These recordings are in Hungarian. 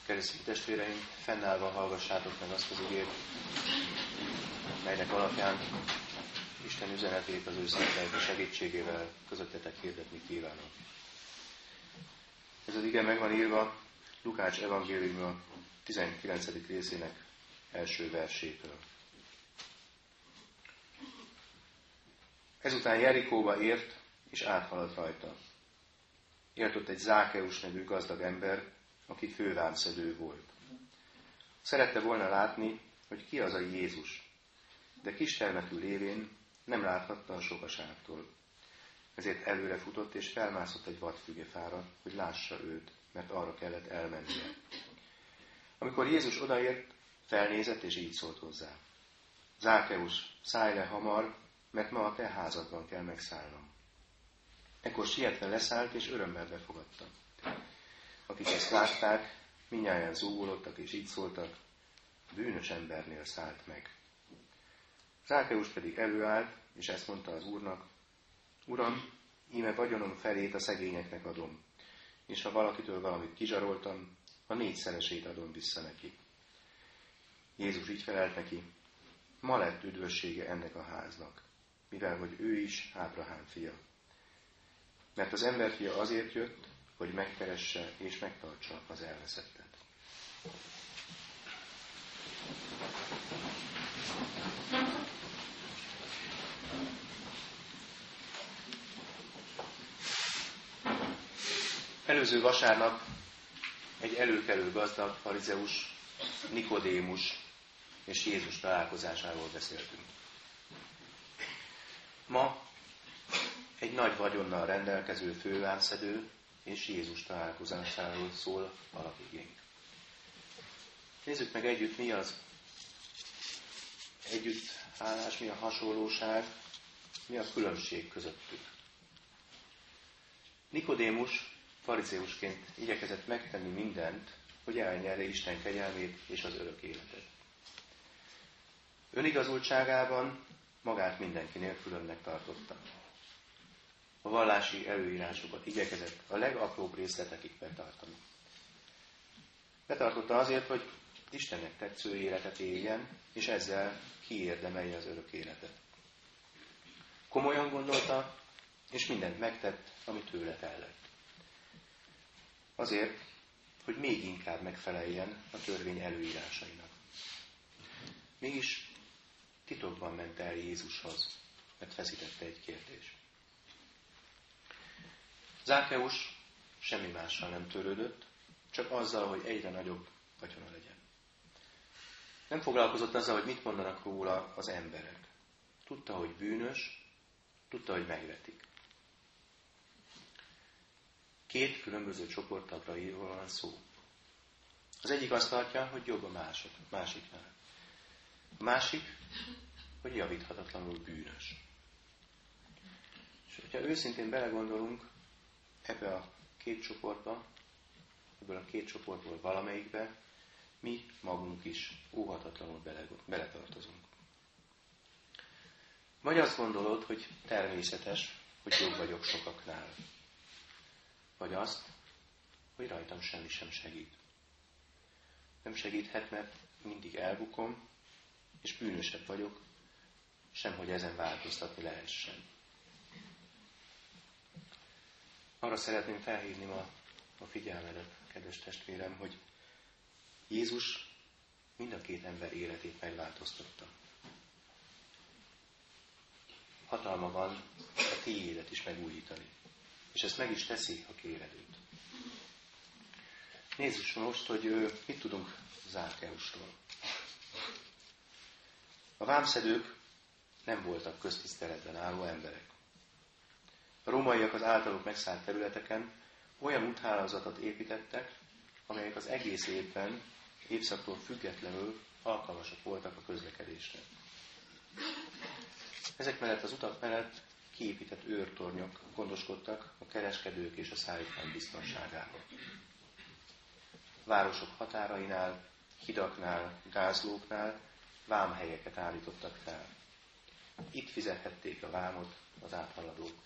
Keresztény testvéreim, fennállva hallgassátok meg azt az igét, melynek alapján Isten üzenetét az ő szent lelke segítségével közöttetek hirdetni kívánok. Ez az ige meg van írva Lukács evangéliuma 19. részének első versétől. Ezután Jerikóba ért, és áthaladt rajta. Élt ott egy Zákeus nevű gazdag ember, aki fővámszedő volt. Szerette volna látni, hogy ki az a Jézus, de kistermetű lévén nem láthatta a sokaságtól. Ezért előre futott és felmászott egy vadfügefára, hogy lássa őt, mert arra kellett elmennie. Amikor Jézus odaért, felnézett és így szólt hozzá. Zákeus, szállj le hamar, mert ma a te házadban kell megszállnom. Ekkor sietve leszállt és örömmel befogadta. Akik ezt látták, mindnyájan zúgolódtak és így szóltak, bűnös embernél szállt meg. Zákeus pedig előállt, és ezt mondta az Úrnak, Uram, íme vagyonom felét a szegényeknek adom, és ha valakitől valamit kizsaroltam, a 4-szeresét adom vissza neki. Jézus így felelt neki, ma lett üdvössége ennek a háznak, mivel hogy ő is Ábrahám fia. Mert az emberfia azért jött, hogy megkeresse és megtartsa az elveszettet. Előző vasárnap egy előkelő gazdag farizeus, Nikodémus és Jézus találkozásáról beszéltünk. Ma egy nagy vagyonnal rendelkező fővámszedő és Jézus találkozásáról szól alapigénk. Nézzük meg együtt, mi az együttállás, mi a hasonlóság, mi a különbség közöttük. Nikodémus farizeusként igyekezett megtenni mindent, hogy elnyerje Isten kegyelmét és az örök életet. Önigazultságában magát mindenkinél különnek tartotta. A vallási előírásokat igyekezett a legapróbb részletekig betartani. Betartotta azért, hogy Istennek tetsző életet éljen, és ezzel kiérdemelje az örök életet. Komolyan gondolta, és mindent megtett, ami tőle tellett. Azért, hogy még inkább megfeleljen a törvény előírásainak. Mégis titokban ment el Jézushoz, mert feszítette egy kérdés. Zákeus semmi mással nem törődött, csak azzal, hogy egyre nagyobb vagyona legyen. Nem foglalkozott azzal, hogy mit mondanak róla az emberek. Tudta, hogy bűnös, tudta, hogy megvetik. 2 különböző csoporttagról van szó. Az egyik azt tartja, hogy jobb a másiknál. A másik, hogy javíthatatlanul bűnös. És hogyha őszintén belegondolunk ebbe a 2 csoportba, ebből a 2 csoportból valamelyikbe, mi magunk is óhatatlanul beletartozunk. Vagy azt gondolod, hogy természetes, hogy jobb vagyok sokaknál. Vagy azt, hogy rajtam semmi sem segít. Nem segíthet, mert mindig elbukom, és bűnösebb vagyok, sem hogy ezen változtatni lehessen. Arra szeretném felhívni ma a figyelmedet, kedves testvérem, hogy Jézus mind a 2 ember életét megváltoztatta. Hatalma van a tiédet is megújítani. És ezt meg is teszi, ha kéred őt. Nézzük most, hogy mit tudunk Zákeusról. A vámszedők nem voltak köztiszteletben álló emberek. A rómaiak az általuk megszállt területeken olyan úthálózatot építettek, amelyek az egész évben, évszaktól függetlenül alkalmasak voltak a közlekedésre. Ezek mellett az utak mellett kiépített őrtornyok gondoskodtak a kereskedők és a szállítmány biztonságáról. Városok határainál, hidaknál, gázlóknál vámhelyeket állítottak fel. Itt fizethették a vámot az áthaladók.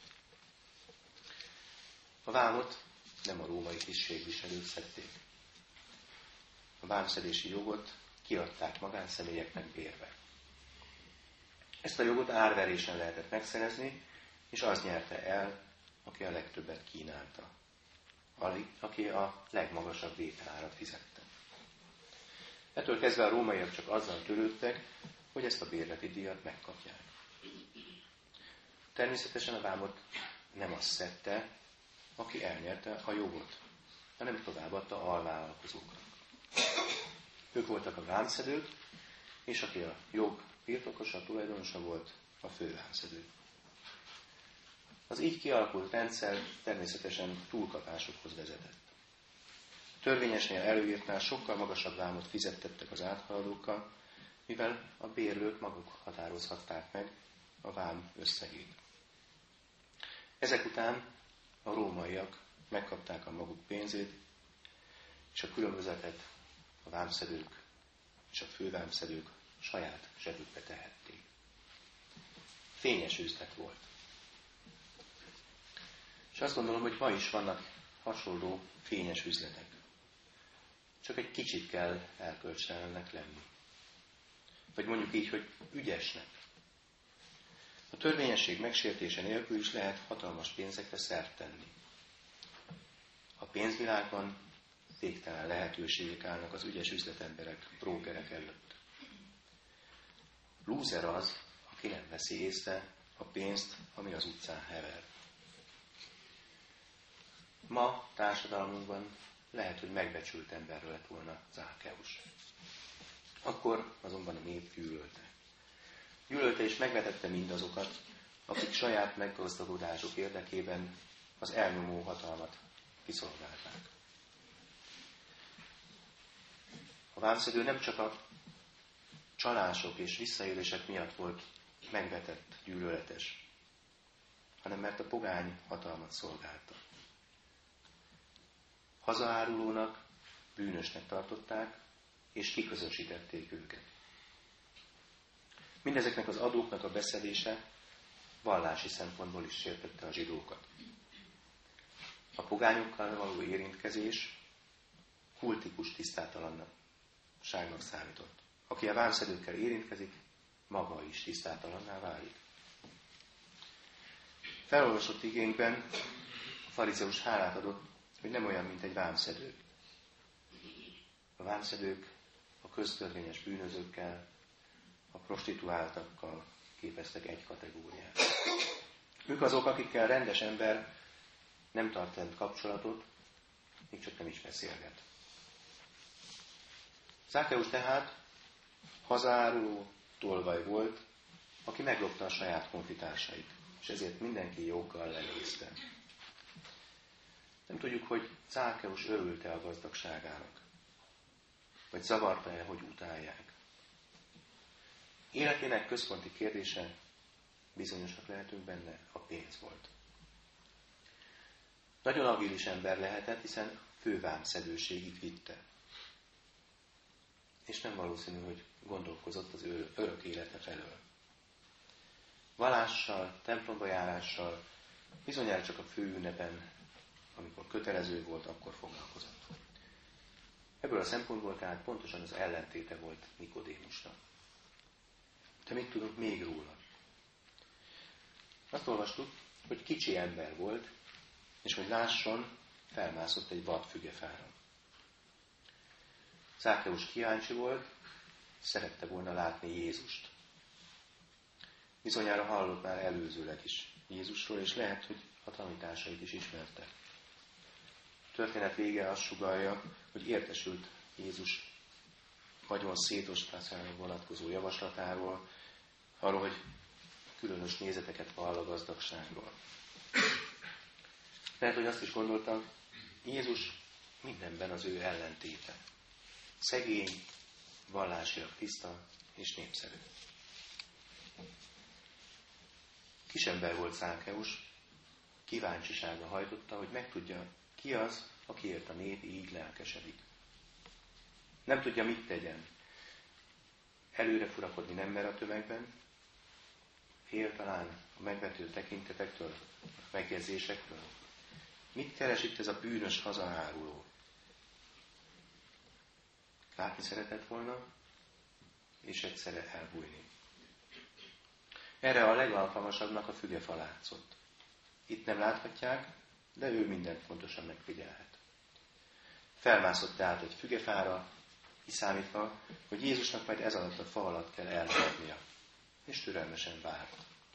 A vámot nem a római tisztségviselők szedték. a vámszedési jogot kiadták magánszemélyeknek bérbe. Ezt a jogot árverésen lehetett megszerezni, és az nyerte el, aki a legtöbbet kínálta, aki a legmagasabb vételárat fizette. Ettől kezdve a rómaiak csak azzal törődtek, hogy ezt a bérleti díjat megkapják. Természetesen a vámot nem azt szedte, aki elnyerte a jogot, hanem továbbadta alvállalkozóknak. Ők voltak a vámszedők, és aki a jog birtokosa, tulajdonosa volt, a fővámszedő. Az így kialakult rendszer természetesen túlkapásokhoz vezetett. A törvényesnél előírtnál sokkal magasabb vámot fizettettek az áthaladókkal, mivel a bérlők maguk határozhatták meg a vám összegét. Ezek után a rómaiak megkapták a maguk pénzét, és a különbözetet a vámszedők és a fővámszedők saját zsebükbe tehették. Fényes üzlet volt. És azt gondolom, hogy ma is vannak hasonló fényes üzletek. Csak egy kicsit kell erkölcstelennek lenni. Vagy mondjuk így, hogy ügyesnek. A törvényesség megsértése nélkül is lehet hatalmas pénzekre szert tenni. A pénzvilágban végtelen lehetőségek állnak az ügyes üzletemberek, brókerek előtt. Lúzer az, aki nem veszi észre a pénzt, ami az utcán hever. Ma társadalmunkban lehet, hogy megbecsült emberről lett volna Zákeus. Akkor azonban a nép gyűlölte. Gyűlölte és megvetette mindazokat, akik saját meggazdagodásuk érdekében az elnyomó hatalmat kiszolgálták. A vámszedő nem csak a csalások és visszaélések miatt volt megvetett, gyűlöletes, hanem mert a pogány hatalmat szolgálta. Hazaárulónak, bűnösnek tartották, és kiközösítették őket. Mindezeknek az adóknak a beszedése vallási szempontból is sértette a zsidókat. A pogányokkal való érintkezés kultikus tisztátalanságnak számított. Aki a vámszedőkkel érintkezik, maga is tisztátalanná válik. Felolvasott igénkben a farizeus hálát adott, hogy nem olyan, mint egy vámszedő. A vámszedők a köztörvényes bűnözőkkel, a prostituáltakkal képeztek egy kategóriát. Ők azok, akikkel rendes ember nem tart fent kapcsolatot, még csak nem is beszélget. Zákeus tehát hazaáruló tolvaj volt, aki meglopta a saját honfitársait, és ezért mindenki joggal lenézte. Nem tudjuk, hogy Zákeus örülte a gazdagságának, vagy zavarta-e, hogy utálják. Életének központi kérdése, bizonyosak lehetünk benne, a pénz volt. Nagyon agilis ember lehetett, hiszen fővámszedőségig vitte. És nem valószínű, hogy gondolkozott az ő örök élete felől. Valással, templomba járással, bizonyára csak a főünnepen, amikor kötelező volt, akkor foglalkozott. Ebből a szempontból tehát pontosan az ellentéte volt Nikodémusnak. De mit tudunk még róla? Azt olvastuk, hogy kicsi ember volt, és hogy lásson, felmászott egy vad fügefára. Zákeus kíváncsi volt, szerette volna látni Jézust. Bizonyára hallott már előzőleg is Jézusról, és lehet, hogy a tanításait is ismerte. A történet vége azt sugallja, hogy értesült Jézus vagyon szétosztására vonatkozó javaslatáról, arról, hogy különös nézeteket vall a gazdagságról. Lehet, hogy azt is gondoltam, Jézus mindenben az ő ellentéte. Szegény, vallásilag tiszta és népszerű. Kisember volt Zákeus, kíváncsisága hajtotta, hogy megtudja, ki az, akiért a nép így lelkesedik. Nem tudja, mit tegyen. Előre furakodni nem mer a tömegben, fél talán a megvető tekintetektől, a megjegyzésektől. Mit keres itt ez a bűnös hazaáruló? látni szeretett volna, és egyszerre elbújni. Erre a legalkalmasabbnak a fügefa látszott. Itt nem láthatják, de ő mindent pontosan megfigyelhet. Felmászott tehát egy fügefára, kiszámítva, hogy Jézusnak majd ez alatt a fa alatt kell elmaradnia, és türelmesen várt.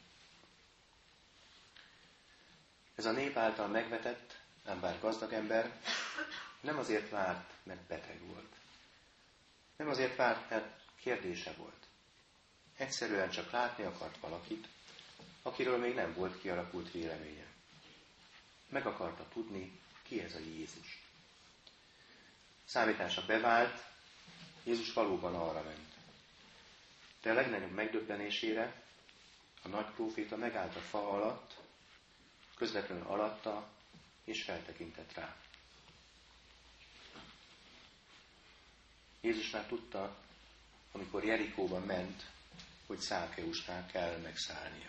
Ez a nép által megvetett, ám bár gazdag ember nem azért várt, mert beteg volt. Nem azért várt, mert kérdése volt. Egyszerűen csak látni akart valakit, akiről még nem volt kialakult véleménye. Meg akarta tudni, ki ez a Jézus. Számítása bevált, Jézus valóban arra ment. De a legnagyobb megdöbbenésére a nagy próféta megállt a fa alatt, közvetlenül alatta, és feltekintett rá. Jézus már tudta, amikor Jerikóban ment, hogy Zákeusnál kell megszállnia.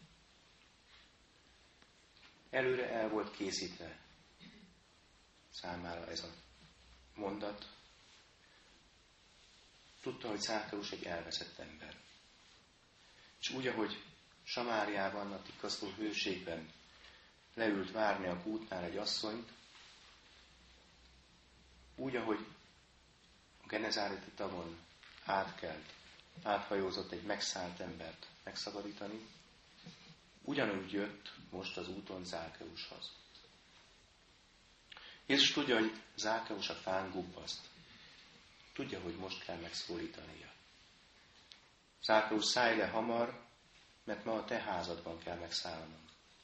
Előre el volt készítve számára ez a mondat. Tudta, hogy Zákeus egy elveszett ember. És úgy, ahogy Samáriában, a tikasztó hőségben leült várni a kútnál egy asszonyt, úgy, ahogy a Genezáreti tavon áthajózott egy megszállt embert megszabadítani, ugyanúgy jött most az úton Zákeushoz. Jézus tudja, hogy Zákeus a fán gubbaszt. Tudja, hogy most kell megszólítania. Zákeus, szállj le hamar, mert ma a te házadban kell megszállnom.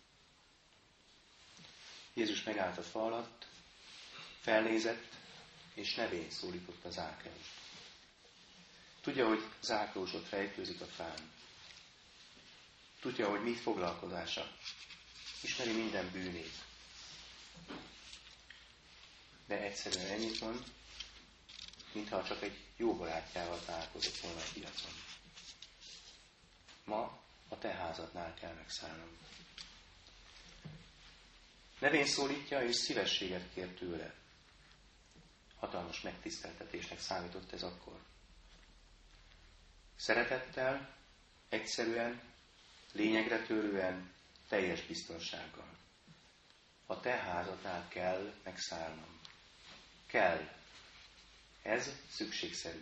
Jézus megállt a fa alatt, felnézett, és nevén szólította Zákeust. Tudja, hogy Zákeus ott rejtőzik a fán. Tudja, hogy mit foglalkozása. Ismeri minden bűnét. De egyszerűen ennyit mond, mintha csak egy jó barátjával találkozott volna a piacon. Ma a te házadnál kell megszállnom. Nevén szólítja, és szívességet kér tőle. Hatalmas megtiszteltetésnek számított ez akkor. Szeretettel, egyszerűen, lényegre törően, teljes biztonsággal. A te házadnál kell megszállnom. Kell. Ez szükségszerű.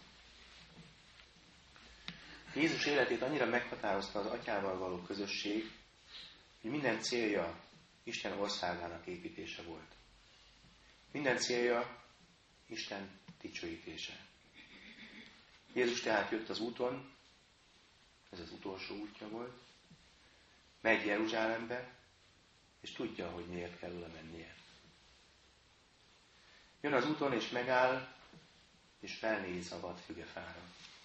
Jézus életét annyira meghatározta az atyával való közösség, hogy minden célja Isten országának építése volt. Minden célja Isten dicsőítése. Jézus tehát jött az úton, ez az utolsó útja volt, megy Jeruzsálembe, és tudja, hogy miért kell oda mennie. Jön az úton, és megáll, és felnéz a vad fügefára.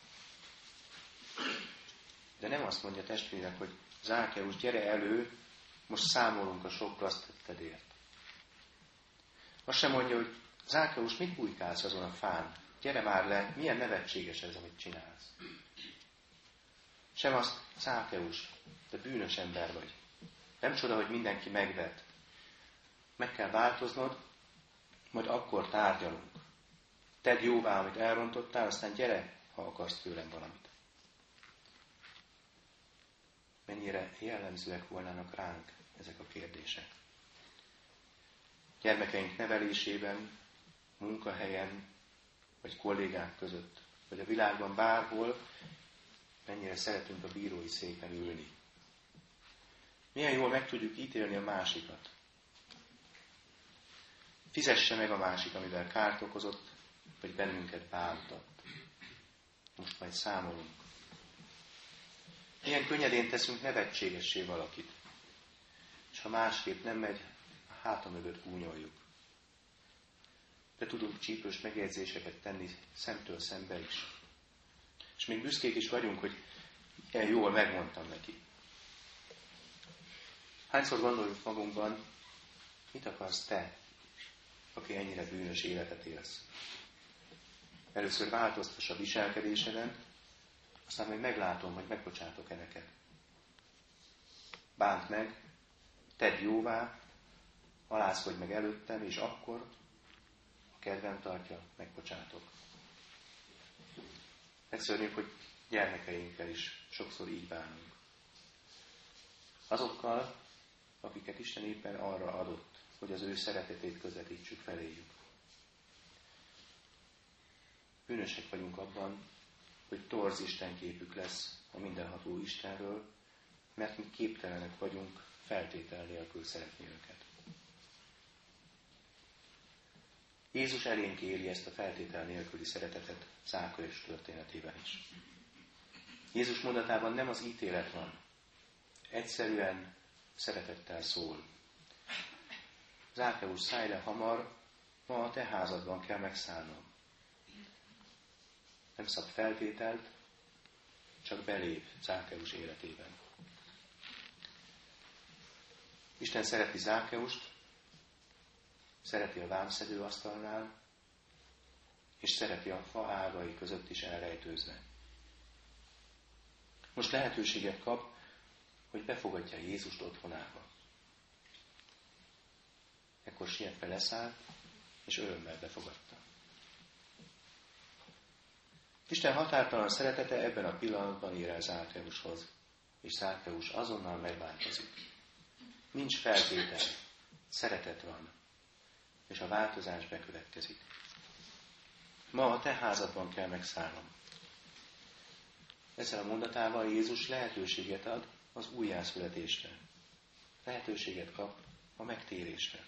De nem azt mondja testvérek, hogy Zákeus, gyere elő, most számolunk a sok gaztettedért. Azt sem mondja, hogy Zákeus, mit bujkálsz azon a fán? Gyere már le, milyen nevetséges ez, amit csinálsz. Sem azt, Zákeus, te bűnös ember vagy. Nem csoda, hogy mindenki megvet. Meg kell változnod, majd akkor tárgyalunk. Tedd jóvá, amit elrontottál, aztán gyere, ha akarsz tőlem valamit. Mennyire jellemzőek volnának ránk ezek a kérdések. Gyermekeink nevelésében, munkahelyen, vagy kollégák között, vagy a világban bárhol, mennyire szeretünk a bírói széken ülni. Milyen jól meg tudjuk ítélni a másikat. Fizesse meg a másik, amivel kárt okozott, vagy bennünket bántott. Most majd számolunk. Milyen könnyedén teszünk nevetségessé valakit. És ha másképp nem megy, a háta mögött gúnyoljuk. De tudunk csípős megjegyzéseket tenni szemtől szembe is. És még büszkék is vagyunk, hogy ilyen jól megmondtam neki. Hányszor gondoljuk magunkban, mit akarsz te, aki ennyire bűnös életet élsz? Először változtass a viselkedéseden, aztán majd meglátom, hogy megbocsátok-e neked. Bánt meg, tedd jóvá, alázkodj meg előttem, és akkor, a kedvem tartja, megbocsátok. Legszörnyűbb, hogy gyermekeinkkel is sokszor így bánunk. Azokkal, akiket Isten éppen arra adott, hogy az ő szeretetét közvetítsük feléjük. Bűnösek vagyunk abban, hogy torz istenképük lesz a mindenható Istenről, mert mi képtelenek vagyunk feltétel nélkül szeretni őket. Jézus elénk éri ezt a feltétel nélküli szeretetet Zákeus történetében is. Jézus mondatában nem az ítélet van, egyszerűen szeretettel szól. Zákeus, szállj le hamar, ma a te házadban kell megszállnom. Nem szab feltételt, csak belép Zákeus életében. Isten szereti Zákeust, szereti a vámszedő asztalnál, és szereti a fa ágai között is elrejtőzve. Most lehetőséget kap, hogy befogadja Jézust otthonába. Ekkor sietve leszáll, és örömmel befogadta. Isten határtalan szeretete ebben a pillanatban ér el Zákeushoz, és Zákeus azonnal megváltozik. Nincs feltétel, szeretet van, és a változás bekövetkezik. Ma a te házadban kell megszállnom. Ezzel a mondatával Jézus lehetőséget ad az újjászületésre. Lehetőséget kap a megtérésre.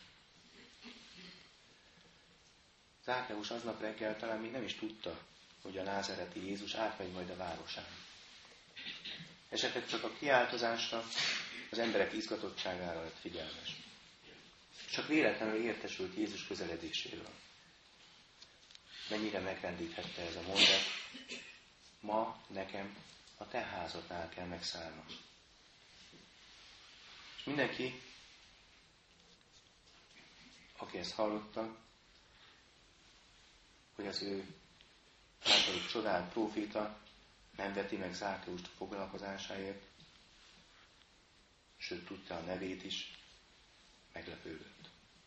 Zákeus aznap reggel talán még nem is tudta, hogy a názáreti Jézus átmegy majd a városán. Esetleg csak a kiáltozásra, az emberek izgatottságára lett figyelmes. Csak véletlenül értesült Jézus közeledéséről. Mennyire megrendíthette ez a mondat, ma nekem a te házadnál kell megszállnom. És mindenki, aki ezt hallotta, hogy az ő általuk csodált próféta nem veti meg Zákeust a foglalkozásáért, sőt tudta a nevét is, meglepődött.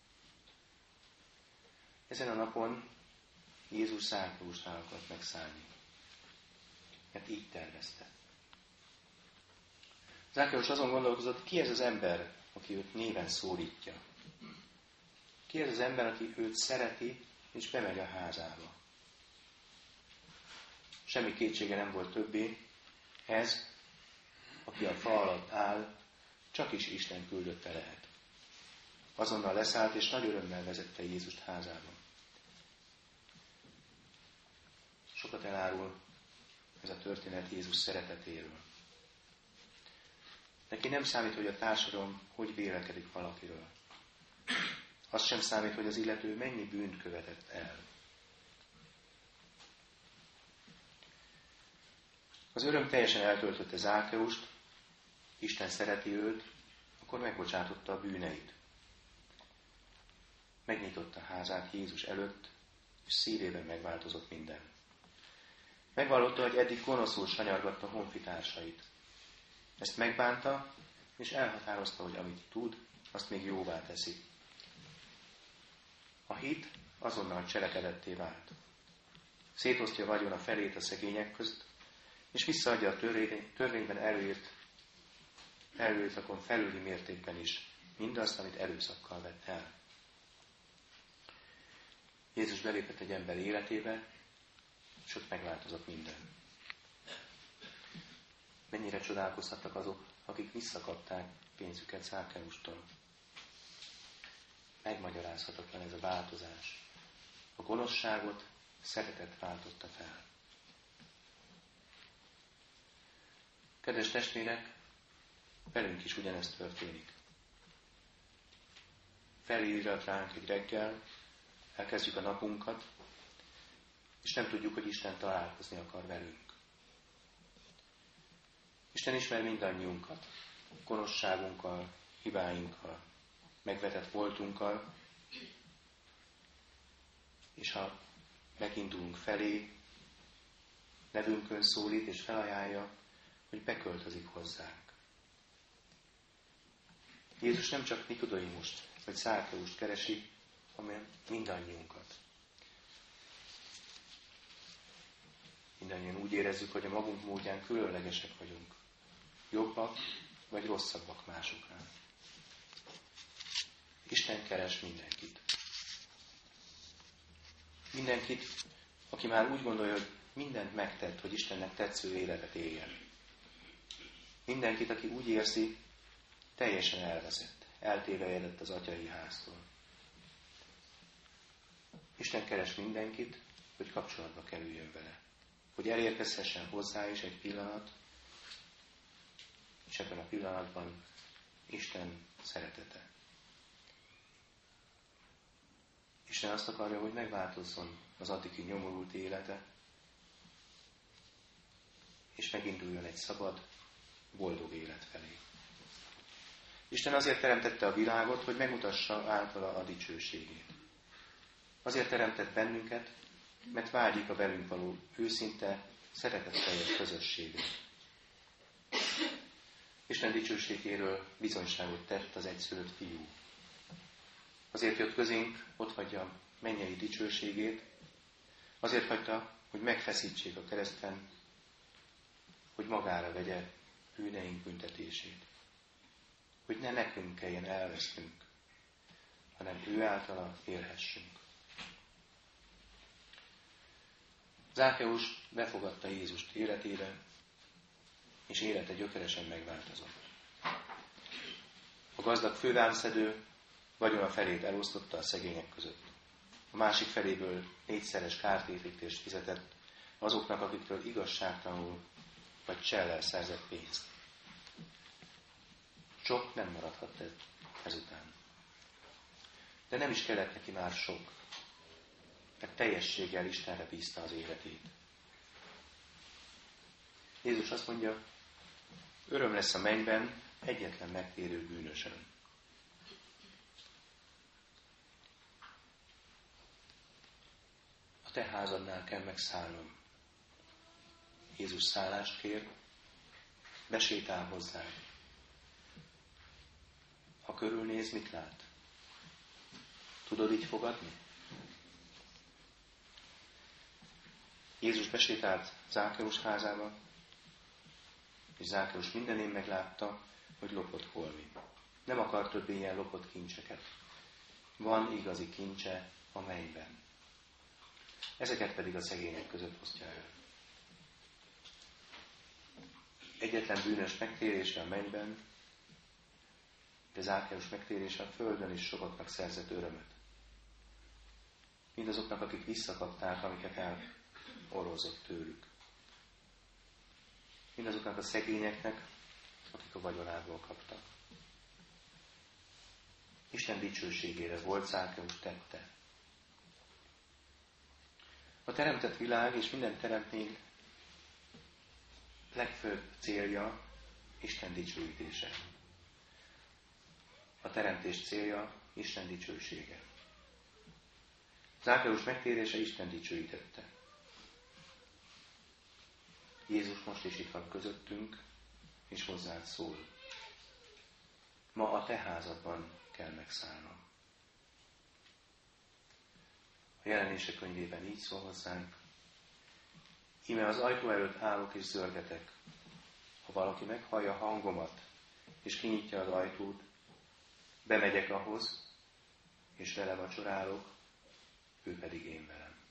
Ezen a napon Jézus Zákeusnál akart megszállni, mert így tervezte. Zákeus azon gondolkozott, ki ez az ember, aki őt néven szólítja. Ki ez az ember, aki őt szereti, és bemegy a házába. Semmi kétsége nem volt többé, ez, aki a fa alatt áll, csak is Isten küldötte lehet. Azonnal leszállt, és nagy örömmel vezette Jézust házába. Sokat elárul ez a történet Jézus szeretetéről. Neki nem számít, hogy a társadalom hogy vélekedik valakiről. Az sem számít, hogy az illető mennyi bűnt követett el. Az öröm teljesen eltöltötte Zákeust, Isten szereti őt, akkor megbocsátotta a bűneit. Megnyitotta házát Jézus előtt, és szívében megváltozott minden. Megvallotta, hogy eddig gonoszul sanyargatta honfitársait. Ezt megbánta, és elhatározta, hogy amit tud, azt még jóvá teszi. A hit azonnal cselekedetté vált. Szétosztja vagyon a felét a szegények közt, és visszaadja a törvényben előírtakon felüli mértékben is mindazt, amit erőszakkal vett el. Jézus belépett egy ember életébe, és ott megváltozott minden. Mennyire csodálkozhattak azok, akik visszakapták pénzüket Zákeustól. Megmagyarázhatatlan ez a változás. A gonoszságot szeretet váltotta fel. Kedves testvérek, velünk is ugyanezt történik. Felírat ránk egy reggel, elkezdjük a napunkat, és nem tudjuk, hogy Isten találkozni akar velünk. Isten ismer mindannyiunkat, gonoszságunkkal, hibáinkkal, megvetett voltunkkal, és ha megindulunk felé, nevünkön szólít és felajánlja, hogy beköltözik hozzánk. Jézus nem csak Nikodémust vagy Zákeust keresi, hanem mindannyiunkat. mindannyian úgy érezzük, hogy a magunk módján különlegesek vagyunk. Jobbak vagy rosszabbak másoknál. Isten keres mindenkit. Mindenkit, aki már úgy gondolja, hogy mindent megtett, hogy Istennek tetsző életet éljen. Mindenkit, aki úgy érzi, teljesen elveszett, eltévejedett az atyai háztól. Isten keres mindenkit, hogy kapcsolatba kerüljön vele. Hogy elérkezhessen hozzá is egy pillanat, és ebben a pillanatban Isten szeretete. Isten azt akarja, hogy megváltozzon az addigi nyomorult élete, és meginduljon egy szabad, boldog élet felé. Isten azért teremtette a világot, hogy megmutassa általa a dicsőségét. Azért teremtett bennünket, mert vágyik a velünk való őszinte, szeretetteljes közösségre. Isten dicsőségéről bizonyságot tett az egyszülött fiú. Azért jött közénk, ott hagyja mennyei dicsőségét, azért hagyta, hogy megfeszítsék a kereszten, hogy magára vegye bűneink büntetését. Hogy ne nekünk kelljen elvesznünk, hanem ő általa élhessünk. Zákeus befogadta Jézust életébe, és élete gyökeresen megváltozott. A gazdag fővámszedő vagyona felét elosztotta a szegények között. A másik feléből 4-szeres kártérítést fizetett azoknak, akiktől igazságtalanul vagy csellel szerzett pénzt. Sok nem maradhat ezután. De nem is kellett neki már sok, mert teljességgel Istenre bízta az életét. Jézus azt mondja, öröm lesz a mennyben egyetlen megtérő bűnösön. A te házadnál kell megszállnom. Jézus szállást kér, besétál hozzád. Ha körülnéz, mit lát? Tudod így fogadni? Jézus besétált Zákeus házába, és Zákeus mindenén meglátta, hogy lopott holmi. Nem akar többé ilyen lopott kincseket. Van igazi kincse a mennyben. Ezeket pedig a szegények között osztja el. Egyetlen bűnös megtérése a mennyben, de Zákeus megtérése a földön is sokaknak szerzett örömet. Mindazoknak, akik visszakapták, amiket elorrozott tőlük. Mindazoknak a szegényeknek, akik a vagyonából kaptak. Isten dicsőségére volt Zákeus tette. A teremtett világ és minden teremtmény legfőbb célja Isten dicsőítése. A teremtés célja Isten dicsősége. Zákeus megtérése Isten dicsőítette. Jézus most is itt van közöttünk, és hozzád szól. Ma a te házadban kell megszállnom. A Jelenések könyvében így szól hozzánk. Íme az ajtó előtt állok és zörgetek. Ha valaki meghallja hangomat, és kinyitja az ajtót, bemegyek ahhoz, és vele vacsorálok, ő pedig én velem.